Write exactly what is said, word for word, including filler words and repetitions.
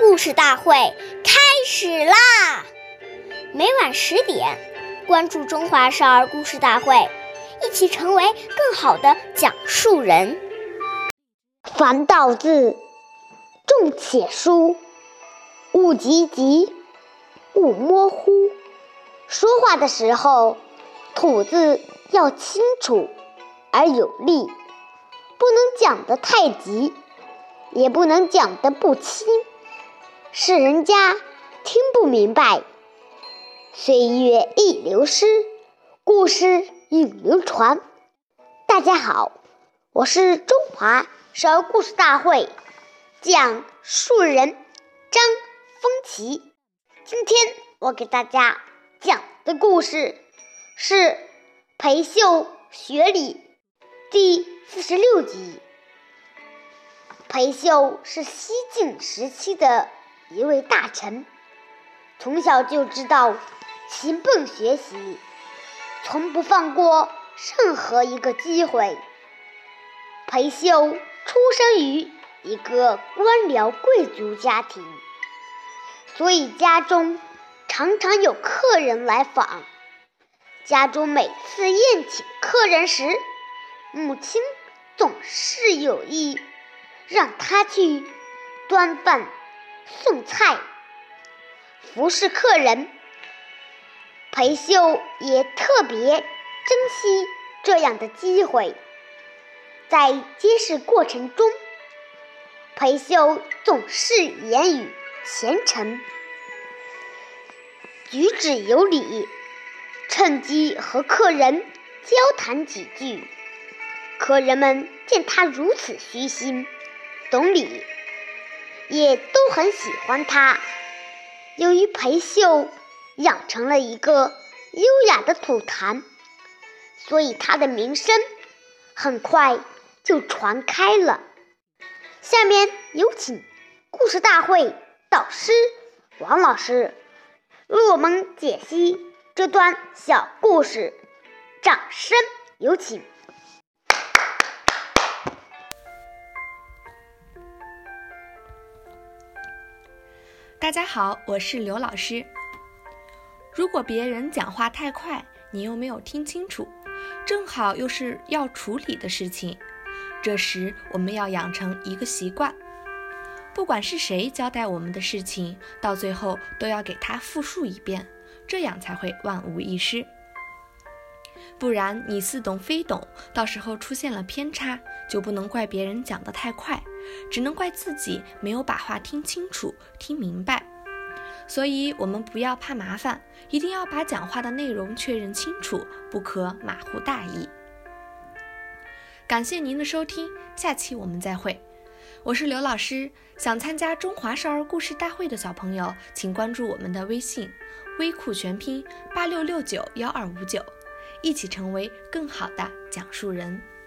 故事大会开始啦！每晚十点，关注中华少儿故事大会，一起成为更好的讲述人。 凡道字，重且疏，勿急急，勿模糊。说话的时候，吐字要清楚而有力，不能讲得太急，也不能讲得不清，使人家听不明白。岁月易流失，故事永流传。大家好，我是中华少儿故事大会讲述人张风奇。今天我给大家讲的故事是裴秀学礼第四十六集。裴秀是西晋时期的一位大臣，从小就知道勤奋学习，从不放过任何一个机会。裴秀出生于一个官僚贵族家庭，所以家中常常有客人来访。家中每次宴请客人时，母亲总是有意让他去端饭、送菜、服侍客人。裴秀也特别珍惜这样的机会。在接事过程中，裴秀总是言语虔诚，举止有礼，趁机和客人交谈几句。客人们见他如此虚心懂礼，也都很喜欢他。由于裴秀养成了一个优雅的吐痰，所以他的名声很快就传开了。下面有请故事大会导师王老师为我们解析这段小故事，掌声有请。 大家好，我是刘老师。如果别人讲话太快，你又没有听清楚，正好又是要处理的事情，这时我们要养成一个习惯，不管是谁交代我们的事情，到最后都要给他复述一遍，这样才会万无一失。不然你似懂非懂，到时候出现了偏差，就不能怪别人讲得太快，只能怪自己没有把话听清楚、听明白。所以我们不要怕麻烦，一定要把讲话的内容确认清楚，不可马虎大意。感谢您的收听，下期我们再会。我是刘老师，想参加中华少儿故事大会的小朋友，请关注我们的微信微库全拼八六六九幺二五九，一起成为更好的讲述人。